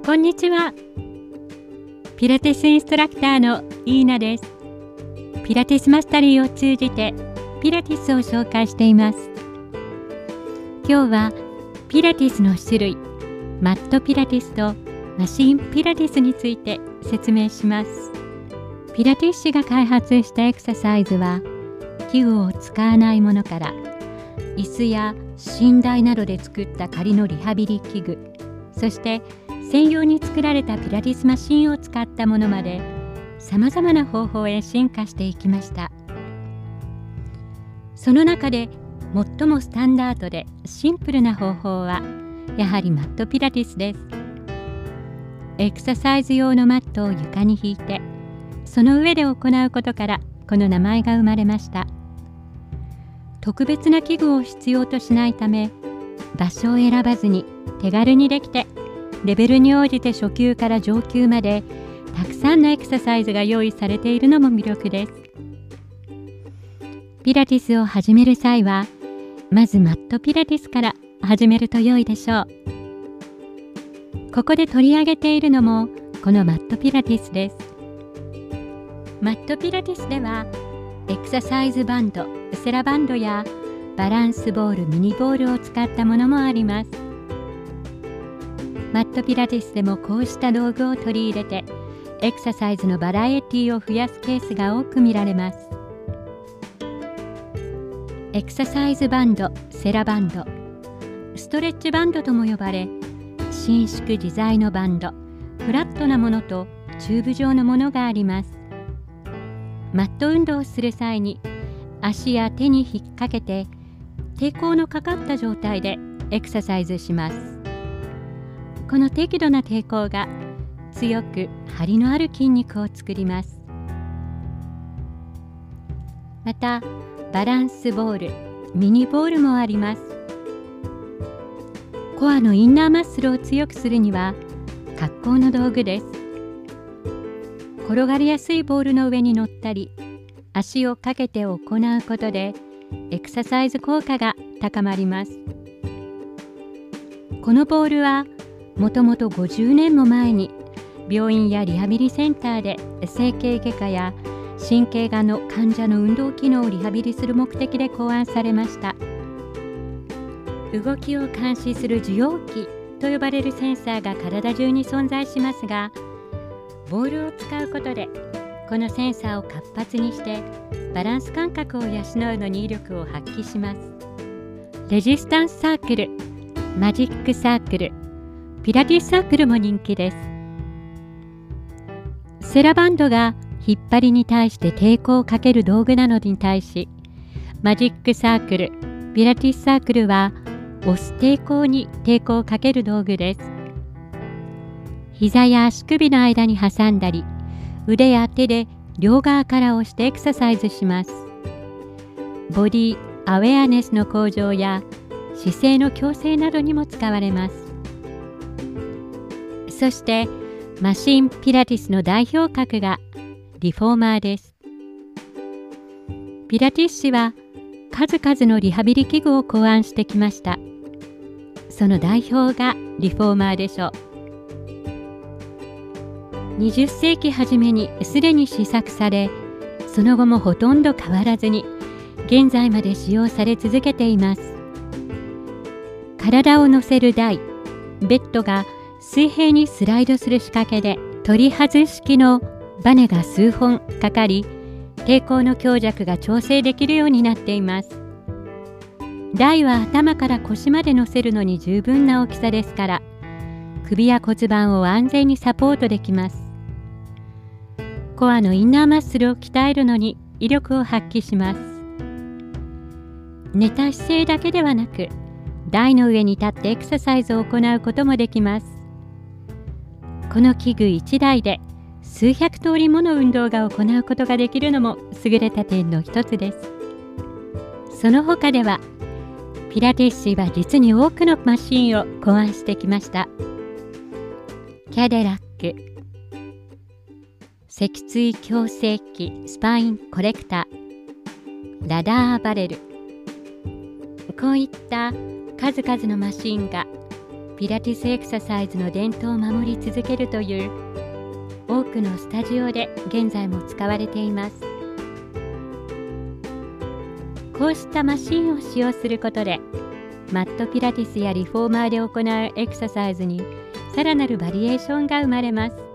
こんにちは。ピラティスインストラクターのイーナです。ピラティスマスタリーを通じてピラティスを紹介しています。今日はピラティスの種類、マットピラティスとマシンピラティスについて説明します。ピラティス師が開発したエクササイズは、器具を使わないものから椅子や寝台などで作った仮のリハビリ器具、そして専用に作られたピラティスマシンを使ったものまで、さまざまな方法へ進化していきました。その中で最もスタンダードでシンプルな方法はやはりマットピラティスです。エクササイズ用のマットを床に引いて、その上で行うことからこの名前が生まれました。特別な器具を必要としないため、場所を選ばずに手軽にできて、レベルに応じて初級から上級までたくさんのエクササイズが用意されているのも魅力です。ピラティスを始める際は、まずマットピラティスから始めると良いでしょう。ここで取り上げているのもこのマットピラティスです。マットピラティスではエクササイズバンド、セラバンドやバランスボール、ミニボールを使ったものもあります。マットピラティスでもこうした道具を取り入れて、エクササイズのバラエティを増やすケースが多く見られます。エクササイズバンド、セラバンド、ストレッチバンドとも呼ばれ、伸縮自在のバンド、フラットなものとチューブ状のものがあります。マット運動をする際に足や手に引っ掛けて抵抗のかかった状態でエクササイズします。この適度な抵抗が強く張りのある筋肉を作ります。またバランスボール、ミニボールもあります。コアのインナーマッスルを強くするには格好の道具です。転がりやすいボールの上に乗ったり、足をかけて行うことでエクササイズ効果が高まります。このボールはもともと50年も前に病院やリハビリセンターで整形外科や神経科の患者の運動機能をリハビリする目的で考案されました。動きを監視する受容器と呼ばれるセンサーが体中に存在しますが、ボールを使うことでこのセンサーを活発にしてバランス感覚を養うのに威力を発揮します。レジスタンスサークル、マジックサークル、ピラティスサークルも人気です。セラバンドが引っ張りに対して抵抗をかける道具なのに対し、マジックサークル、ピラティスサークルは押す抵抗に抵抗をかける道具です。膝や足首の間に挟んだり、腕や手で両側から押してエクササイズします。ボディアウェアネスの向上や姿勢の矯正などにも使われます。そしてマシンピラティスの代表格がリフォーマーです。ピラティス師は数々のリハビリ器具を考案してきました。その代表がリフォーマーでしょう。20世紀初めにすでに試作され、その後もほとんど変わらずに現在まで使用され続けています。体を乗せる台、ベッドが水平にスライドする仕掛けで取り外し式のバネが数本かかり、抵抗の強弱が調整できるようになっています。台は頭から腰まで乗せるのに十分な大きさですから、首や骨盤を安全にサポートできます。コアのインナーマッスルを鍛えるのに威力を発揮します。寝た姿勢だけではなく、台の上に立ってエクササイズを行うこともできます。この器具1台で数百通りもの運動が行うことができるのも優れた点の一つです。その他では、ピラティス師は実に多くのマシンを考案してきました。キャデラック、脊椎矯正器、スパインコレクター、ラダーバレル、こういった数々のマシンがピラティスエクササイズの伝統を守り続けるという多くのスタジオで現在も使われています。こうしたマシンを使用することで、マットピラティスやリフォーマーで行うエクササイズにさらなるバリエーションが生まれます。